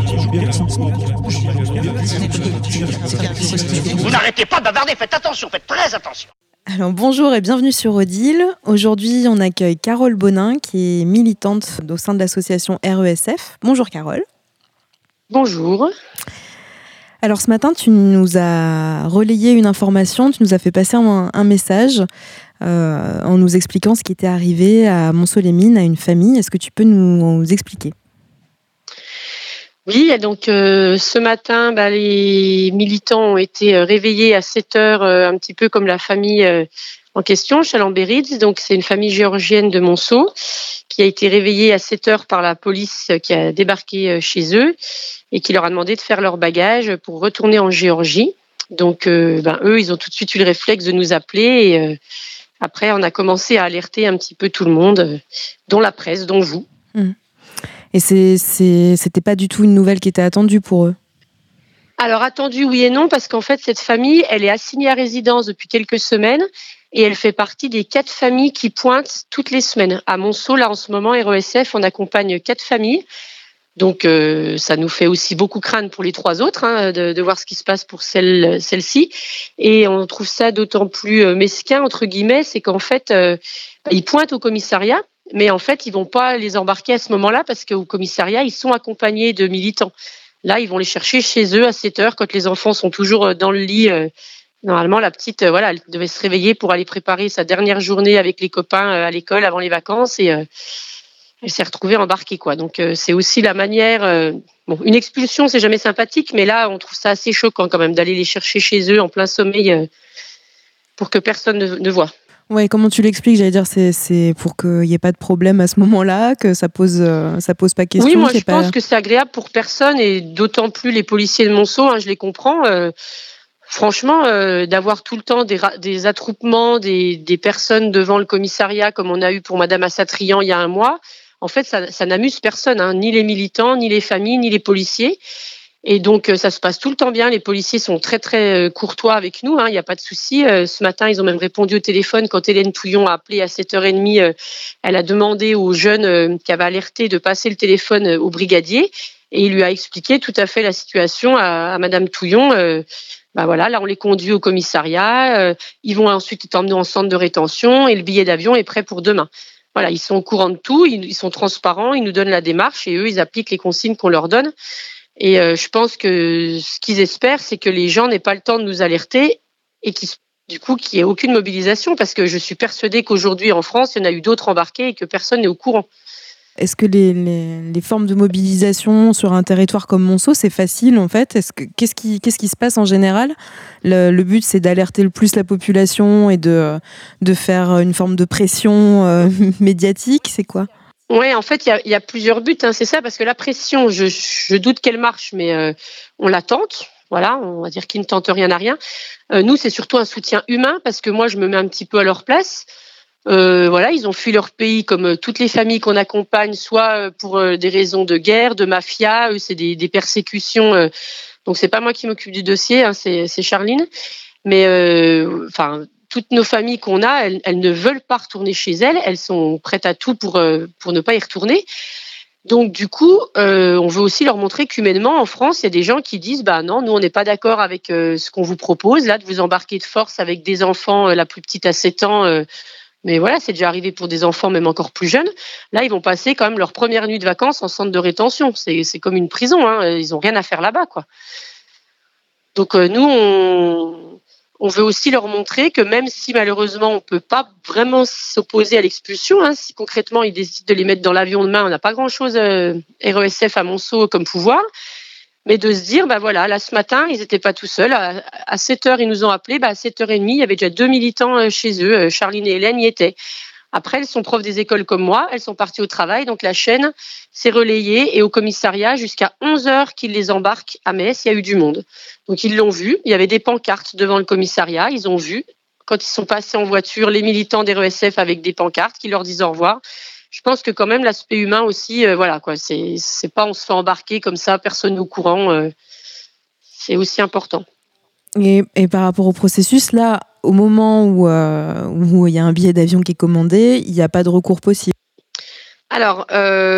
Vous n'arrêtez pas de bavarder, faites attention, faites très attention. Alors bonjour et bienvenue sur Odile. Aujourd'hui, on accueille Carole Bonin qui est militante au sein de l'association RESF. Bonjour Carole. Bonjour. Alors ce matin, tu nous as relayé une information, tu nous as fait passer un message en nous expliquant ce qui était arrivé à Montceau-les-Mines, à une famille. Est-ce que tu peux nous expliquer ? Oui, donc ce matin, les militants ont été réveillés à 7 heures, un petit peu comme la famille en question, Chalambéridze. Donc c'est une famille géorgienne de Monceau qui a été réveillée à 7 heures par la police qui a débarqué chez eux et qui leur a demandé de faire leurs bagages pour retourner en Géorgie. Donc eux, ils ont tout de suite eu le réflexe de nous appeler et après on a commencé à alerter un petit peu tout le monde, dont la presse, dont vous. Et c'était pas du tout une nouvelle qui était attendue pour eux? Alors attendue, oui et non, parce qu'en fait cette famille, elle est assignée à résidence depuis quelques semaines et elle fait partie des 4 familles qui pointent toutes les semaines. À Monceau, là en ce moment, RESF, on accompagne 4 familles. Donc ça nous fait aussi beaucoup craindre pour les 3 autres, de voir ce qui se passe pour celle-ci. Et on trouve ça d'autant plus mesquin, entre guillemets, c'est qu'en fait, ils pointent au commissariat, mais en fait, ils vont pas les embarquer à ce moment-là parce qu'au commissariat, ils sont accompagnés de militants. Là, ils vont les chercher chez eux à 7 heures quand les enfants sont toujours dans le lit. Normalement, la petite, elle devait se réveiller pour aller préparer sa dernière journée avec les copains à l'école avant les vacances et elle s'est retrouvée embarquée, quoi. Donc, c'est aussi la manière. Une expulsion, c'est jamais sympathique, mais là, on trouve ça assez choquant quand même d'aller les chercher chez eux en plein sommeil pour que personne ne voit. Ouais, comment tu l'expliques? J'allais dire, c'est pour qu'il n'y ait pas de problème à ce moment-là, que ça pose pas question. Oui, moi, je pense que c'est agréable pour personne et d'autant plus les policiers de Monceau, je les comprends. Franchement, d'avoir tout le temps des attroupements, des personnes devant le commissariat, comme on a eu pour Madame Assatrian il y a un mois, en fait, ça n'amuse personne, ni les militants, ni les familles, ni les policiers. Et donc, ça se passe tout le temps bien. Les policiers sont très, très courtois avec nous, il n'y a pas de souci. Ce matin, ils ont même répondu au téléphone quand Hélène Touillon a appelé à 7h30. Elle a demandé aux jeunes qui avaient alerté de passer le téléphone au brigadier. Et il lui a expliqué tout à fait la situation à Madame Touillon. Là, on les conduit au commissariat. Ils vont ensuite être emmenés en centre de rétention et le billet d'avion est prêt pour demain. Voilà, ils sont au courant de tout, ils sont transparents, ils nous donnent la démarche et eux, ils appliquent les consignes qu'on leur donne. Et je pense que ce qu'ils espèrent, c'est que les gens n'aient pas le temps de nous alerter et qu'il n'y ait aucune mobilisation, parce que je suis persuadée qu'aujourd'hui en France, il y en a eu d'autres embarqués et que personne n'est au courant. Est-ce que les formes de mobilisation sur un territoire comme Monceau, c'est facile en fait? Qu'est-ce qui se passe en général? Le but, c'est d'alerter le plus la population et de faire une forme de pression médiatique, c'est quoi? Oui, en fait, il y a plusieurs buts, c'est ça, parce que la pression, je doute qu'elle marche, mais on la tente. Voilà, on va dire qui ne tente rien à rien. Nous, c'est surtout un soutien humain, parce que moi, je me mets un petit peu à leur place. Ils ont fui leur pays comme toutes les familles qu'on accompagne, soit pour des raisons de guerre, de mafia. Eux, c'est des persécutions. Donc, c'est pas moi qui m'occupe du dossier, c'est Charline. Mais toutes nos familles qu'on a, elles ne veulent pas retourner chez elles. Elles sont prêtes à tout pour ne pas y retourner. Donc, du coup, on veut aussi leur montrer qu'humainement, en France, il y a des gens qui disent non, nous, on n'est pas d'accord avec ce qu'on vous propose, là, de vous embarquer de force avec des enfants, la plus petite à 7 ans. Mais voilà, c'est déjà arrivé pour des enfants même encore plus jeunes. Là, ils vont passer quand même leur première nuit de vacances en centre de rétention. C'est comme une prison, ils n'ont rien à faire là-bas, quoi. Donc, nous, on veut aussi leur montrer que même si malheureusement on ne peut pas vraiment s'opposer à l'expulsion, si concrètement ils décident de les mettre dans l'avion demain, on n'a pas grand-chose RESF à Monceau comme pouvoir, mais de se dire, là ce matin ils n'étaient pas tout seuls, à 7 heures ils nous ont appelés, à 7h30 il y avait déjà 2 militants chez eux, Charline et Hélène y étaient. Après, elles sont profs des écoles comme moi, elles sont parties au travail, donc la chaîne s'est relayée et au commissariat, jusqu'à 11h qu'ils les embarquent à Metz, il y a eu du monde. Donc ils l'ont vu, il y avait des pancartes devant le commissariat, ils ont vu, quand ils sont passés en voiture, les militants des RESF avec des pancartes qui leur disent au revoir. Je pense que quand même l'aspect humain aussi, c'est pas on se fait embarquer comme ça, personne n'est au courant, c'est aussi important. Et par rapport au processus, là, au moment où il y a un billet d'avion qui est commandé, il n'y a pas de recours possible? Alors,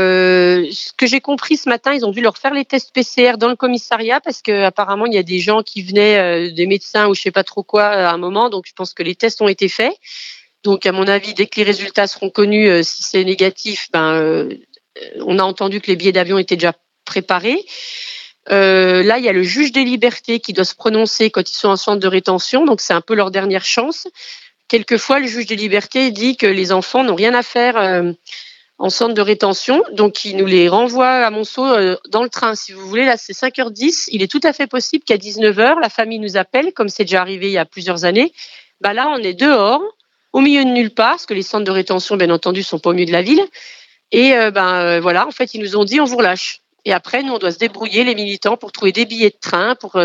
ce que j'ai compris ce matin, ils ont dû leur faire les tests PCR dans le commissariat parce qu'apparemment, il y a des gens qui venaient, des médecins ou je sais pas trop quoi à un moment. Donc, je pense que les tests ont été faits. Donc, à mon avis, dès que les résultats seront connus, si c'est négatif, on a entendu que les billets d'avion étaient déjà préparés. Là, il y a le juge des libertés qui doit se prononcer quand ils sont en centre de rétention. Donc, c'est un peu leur dernière chance. Quelquefois, le juge des libertés dit que les enfants n'ont rien à faire en centre de rétention. Donc, il nous les renvoie à Monceau dans le train. Si vous voulez, là, c'est 5h10. Il est tout à fait possible qu'à 19h, la famille nous appelle, comme c'est déjà arrivé il y a plusieurs années. Là, on est dehors, au milieu de nulle part, parce que les centres de rétention, bien entendu, sont pas au milieu de la ville. Et voilà, en fait, ils nous ont dit, on vous relâche. Et après, nous, on doit se débrouiller, les militants, pour trouver des billets de train, pour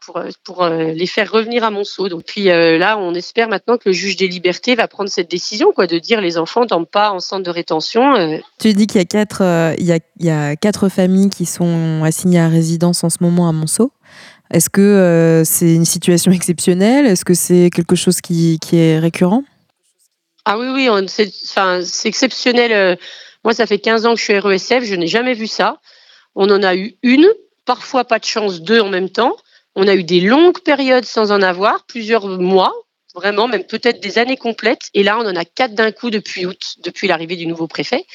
les faire revenir à Monceau. Donc, puis là, on espère maintenant que le juge des libertés va prendre cette décision, de dire les enfants ne dorment pas en centre de rétention. Tu dis qu'il y a il y a 4 familles qui sont assignées à résidence en ce moment à Monceau. Est-ce que c'est une situation exceptionnelle? Est-ce que c'est quelque chose qui est récurrent? Ah oui, c'est exceptionnel. Moi, ça fait 15 ans que je suis RESF, je n'ai jamais vu ça. On en a eu une, parfois pas de chance, 2 en même temps. On a eu des longues périodes sans en avoir, plusieurs mois, vraiment, même peut-être des années complètes. Et là, on en a 4 d'un coup depuis août, depuis l'arrivée du nouveau préfet.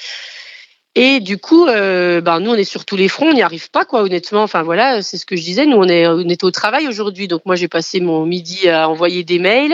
Et du coup, nous, on est sur tous les fronts, on n'y arrive pas, honnêtement. Enfin, voilà, c'est ce que je disais. Nous, on est au travail aujourd'hui. Donc, moi, j'ai passé mon midi à envoyer des mails.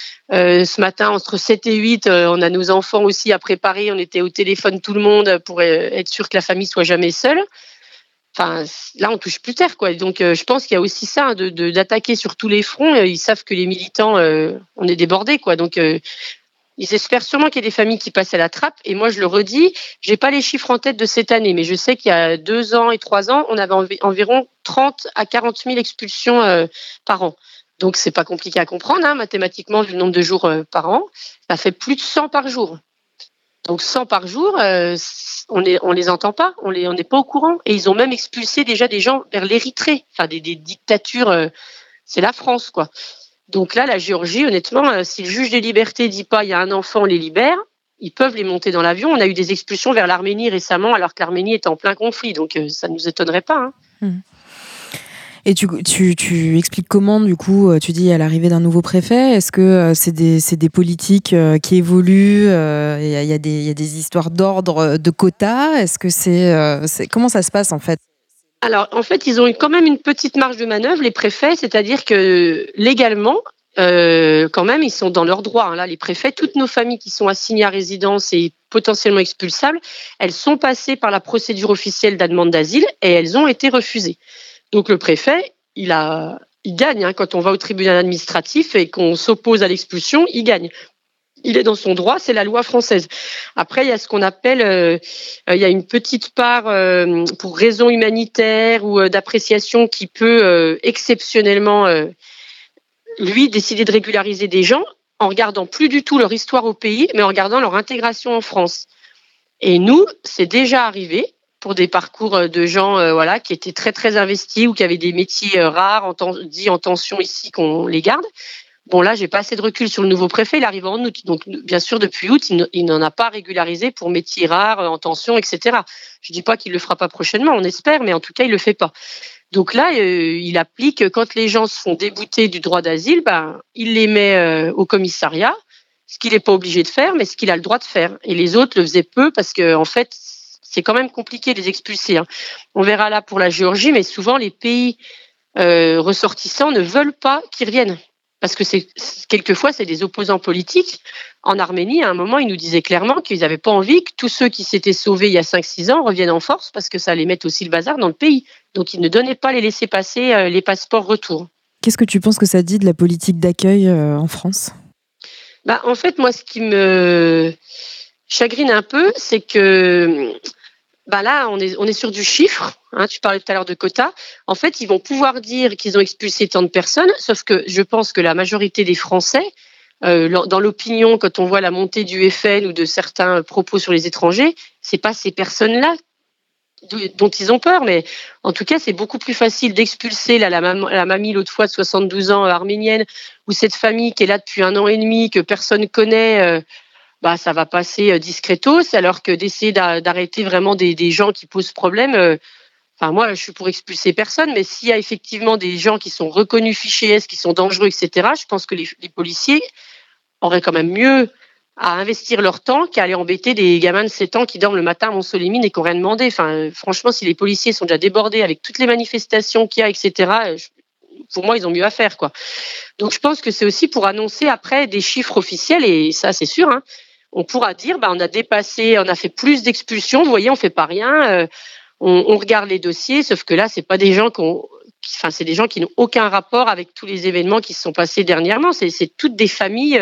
Ce matin, entre 7 et 8, on a nos enfants aussi à préparer. On était au téléphone tout le monde pour être sûr que la famille soit jamais seule. Enfin, là, on touche plus terre, Donc, je pense qu'il y a aussi ça, d'attaquer sur tous les fronts. Ils savent que les militants, on est débordés, Donc, ils espèrent sûrement qu'il y ait des familles qui passent à la trappe. Et moi, je le redis, j'ai pas les chiffres en tête de cette année, mais je sais qu'il y a 2 ans et 3 ans, on avait environ 30 à 40 000 expulsions par an. Donc, c'est pas compliqué à comprendre, mathématiquement, vu le nombre de jours par an. Ça fait plus de 100 par jour. Donc 100 par jour, on les entend pas, on n'est pas au courant. Et ils ont même expulsé déjà des gens vers l'Érythrée, enfin des dictatures. C'est la France, Donc là, la Géorgie, honnêtement, si le juge des libertés dit pas il y a un enfant, on les libère, ils peuvent les monter dans l'avion. On a eu des expulsions vers l'Arménie récemment, alors que l'Arménie est en plein conflit, donc ça ne nous étonnerait pas. Et tu expliques comment, du coup, tu dis à l'arrivée d'un nouveau préfet, est-ce que c'est des politiques qui évoluent, il y a des histoires d'ordre, de quotas, est-ce que c'est comment ça se passe en fait? Alors, en fait, ils ont quand même une petite marge de manœuvre, les préfets, c'est-à-dire que légalement, quand même, ils sont dans leurs droits. Là, les préfets, toutes nos familles qui sont assignées à résidence et potentiellement expulsables, elles sont passées par la procédure officielle de la demande d'asile et elles ont été refusées. Donc le préfet, il gagne quand on va au tribunal administratif et qu'on s'oppose à l'expulsion, il gagne. Il est dans son droit, c'est la loi française. Après, il y a ce qu'on appelle, il y a une petite part pour raison humanitaire ou d'appréciation qui peut exceptionnellement, lui, décider de régulariser des gens en regardant plus du tout leur histoire au pays, mais en regardant leur intégration en France. Et nous, c'est déjà arrivé pour des parcours de gens qui étaient très très investis ou qui avaient des métiers rares, dits en tension ici, qu'on les garde. Bon, là, j'ai pas assez de recul sur le nouveau préfet, il arrive en août. Donc, bien sûr, depuis août, il n'en a pas régularisé pour métiers rares, en tension, etc. Je dis pas qu'il le fera pas prochainement, on espère, mais en tout cas, il le fait pas. Donc là, il applique, quand les gens se font débouter du droit d'asile, il les met au commissariat, ce qu'il n'est pas obligé de faire, mais ce qu'il a le droit de faire. Et les autres le faisaient peu parce que, en fait, c'est quand même compliqué de les expulser. On verra là pour la Géorgie, mais souvent les pays ressortissants ne veulent pas qu'ils reviennent. Parce que quelquefois, c'est des opposants politiques. En Arménie, à un moment, ils nous disaient clairement qu'ils n'avaient pas envie que tous ceux qui s'étaient sauvés il y a 5-6 ans reviennent en force parce que ça allait mettre aussi le bazar dans le pays. Donc, ils ne donnaient pas les laissez-passer, les passeports retour. Qu'est-ce que tu penses que ça dit de la politique d'accueil en France ? En fait, moi, ce qui me chagrine un peu, c'est que là, on est sur du chiffre. Tu parlais tout à l'heure de quotas. En fait, ils vont pouvoir dire qu'ils ont expulsé tant de personnes, sauf que je pense que la majorité des Français, dans l'opinion, quand on voit la montée du FN ou de certains propos sur les étrangers, c'est pas ces personnes-là dont ils ont peur, mais en tout cas, c'est beaucoup plus facile d'expulser la mamie l'autre fois de 72 ans arménienne, ou cette famille qui est là depuis 1 an et demi, que personne connaît, ça va passer discretos, alors que d'essayer d'arrêter vraiment des gens qui posent problème. Moi, je suis pour expulser personne, mais s'il y a effectivement des gens qui sont reconnus fichés S, qui sont dangereux, etc., je pense que les policiers auraient quand même mieux à investir leur temps qu'à aller embêter des gamins de 7 ans qui dorment le matin à Montceau-les-Mines et qui n'ont rien demandé. Franchement, si les policiers sont déjà débordés avec toutes les manifestations qu'il y a, etc., pour moi, ils ont mieux à faire, quoi. Donc, je pense que c'est aussi pour annoncer après des chiffres officiels, et ça, c'est sûr, hein, on pourra dire, on a dépassé, on a fait plus d'expulsions, vous voyez, on fait pas rien, on regarde les dossiers, sauf que là, c'est pas des gens c'est des gens qui n'ont aucun rapport avec tous les événements qui se sont passés dernièrement. C'est toutes des familles,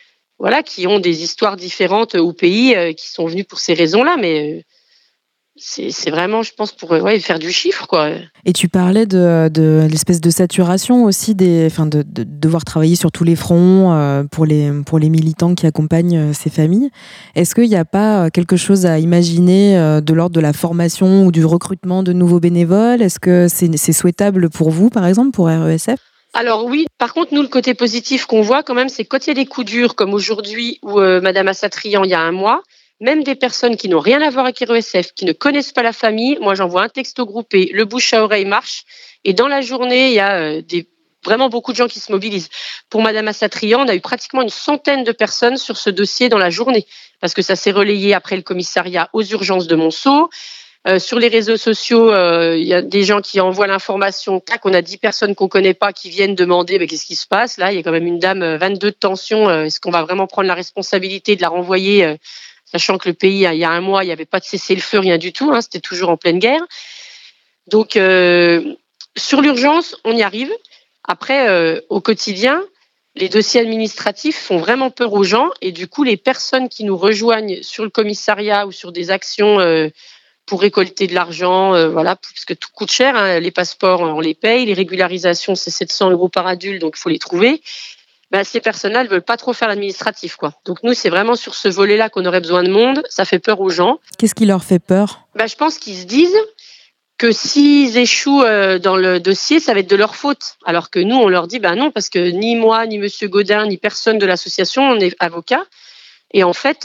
qui ont des histoires différentes au pays, qui sont venues pour ces raisons-là, mais c'est vraiment, je pense, pour faire du chiffre, quoi. Et tu parlais de l'espèce de saturation aussi de devoir travailler sur tous les fronts pour les militants qui accompagnent ces familles. Est-ce qu'il n'y a pas quelque chose à imaginer de l'ordre de la formation ou du recrutement de nouveaux bénévoles? Est-ce que c'est souhaitable pour vous, par exemple, pour RESF? Alors oui, par contre, nous, le côté positif qu'on voit quand même, c'est quand il y a des coups durs, comme aujourd'hui ou Madame Assatrian il y a un mois, même des personnes qui n'ont rien à voir avec RESF, qui ne connaissent pas la famille, moi j'envoie un texto groupé, le bouche à oreille marche, et dans la journée, il y a vraiment beaucoup de gens qui se mobilisent. Pour Madame Assatrian, on a eu pratiquement une centaine de personnes sur ce dossier dans la journée, parce que ça s'est relayé après le commissariat aux urgences de Monceau. Sur les réseaux sociaux, il y a des gens qui envoient l'information. Tac, on a 10 personnes qu'on connaît pas qui viennent demander qu'est-ce qui se passe. Là, il y a quand même une dame, 22 de tension. Est-ce qu'on va vraiment prendre la responsabilité de la renvoyer, sachant que le pays, il y a un mois, il n'y avait pas de cessez-le-feu, rien du tout. C'était toujours en pleine guerre. Donc, sur l'urgence, on y arrive. Après, au quotidien, les dossiers administratifs font vraiment peur aux gens. Et du coup, les personnes qui nous rejoignent sur le commissariat ou sur des actions pour récolter de l'argent, parce que tout coûte cher, hein. Les passeports, on les paye, les régularisations, c'est 700 € par adulte, donc il faut les trouver. Ces personnes-là ne veulent pas trop faire l'administratif, quoi. Donc nous, c'est vraiment sur ce volet-là qu'on aurait besoin de monde. Ça fait peur aux gens. Qu'est-ce qui leur fait peur? Je pense qu'ils se disent que s'ils échouent dans le dossier, ça va être de leur faute. Alors que nous, on leur dit non, parce que ni moi, ni Monsieur Godin, ni personne de l'association, on est avocat. Et en fait,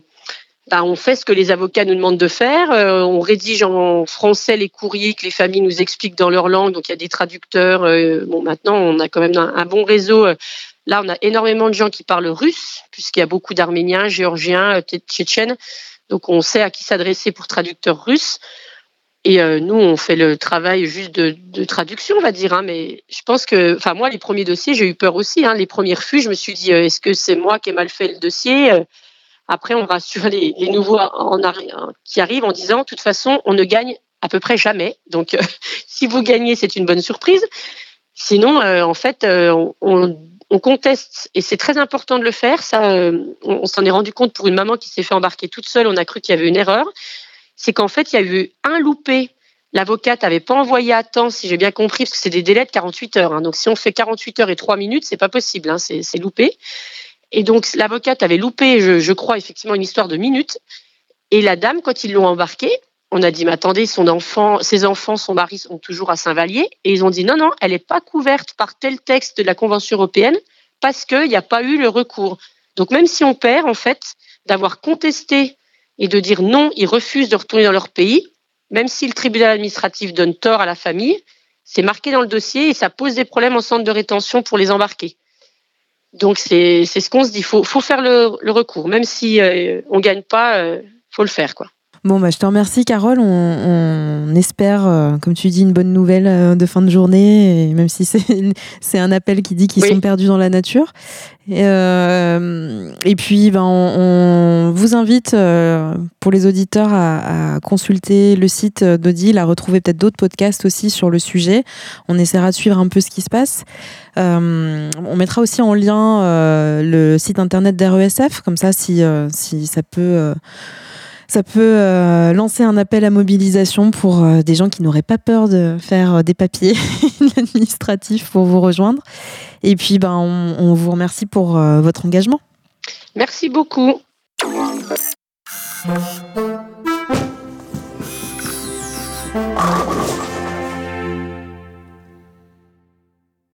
on fait ce que les avocats nous demandent de faire. On rédige en français les courriers que les familles nous expliquent dans leur langue. Donc, il y a des traducteurs. Maintenant, on a quand même un bon réseau. Là, on a énormément de gens qui parlent russe, puisqu'il y a beaucoup d'Arméniens, Géorgiens, Tchétchènes. Donc, on sait à qui s'adresser pour traducteurs russes. Et nous, on fait le travail juste de traduction, on va dire. Hein. Mais je pense que, moi, les premiers dossiers, j'ai eu peur aussi. Les premiers refus, je me suis dit, est-ce que c'est moi qui ai mal fait le dossier? Après, on rassure les nouveaux qui arrivent en disant, de toute façon, on ne gagne à peu près jamais. Donc, si vous gagnez, c'est une bonne surprise. Sinon, en fait, on conteste, et c'est très important de le faire. Ça, on s'en est rendu compte pour une maman qui s'est fait embarquer toute seule. On a cru qu'il y avait une erreur. C'est qu'en fait, il y a eu un loupé. L'avocate n'avait pas envoyé à temps, si j'ai bien compris, parce que c'est des délais de 48 heures. Hein. Donc, si on fait 48 heures et 3 minutes, c'est pas possible. Hein. C'est loupé. Et donc, l'avocate avait loupé, je crois, effectivement, une histoire de minutes. Et la dame, quand ils l'ont embarquée, on a dit, mais attendez, ses enfants, son mari sont toujours à Saint-Vallier. Et ils ont dit, non, elle n'est pas couverte par tel texte de la Convention européenne parce qu'il n'y a pas eu le recours. Donc, même si on perd, en fait, d'avoir contesté et de dire non, ils refusent de retourner dans leur pays, même si le tribunal administratif donne tort à la famille, c'est marqué dans le dossier et ça pose des problèmes en centre de rétention pour les embarquer. Donc, c'est ce qu'on se dit. Faut faire le recours. Même si on ne gagne pas, faut le faire, quoi. Bon, je te remercie, Carole. On espère, comme tu dis, une bonne nouvelle de fin de journée, et même si c'est un appel qui dit qu'ils sont perdus dans la nature. Et puis, on vous invite, pour les auditeurs, à consulter le site d'Odile, à retrouver peut-être d'autres podcasts aussi sur le sujet. On essaiera de suivre un peu ce qui se passe. On mettra aussi en lien le site internet d'RESF, comme ça, si ça peut... Ça peut lancer un appel à mobilisation pour des gens qui n'auraient pas peur de faire des papiers administratifs pour vous rejoindre. Et puis, on vous remercie pour votre engagement. Merci beaucoup.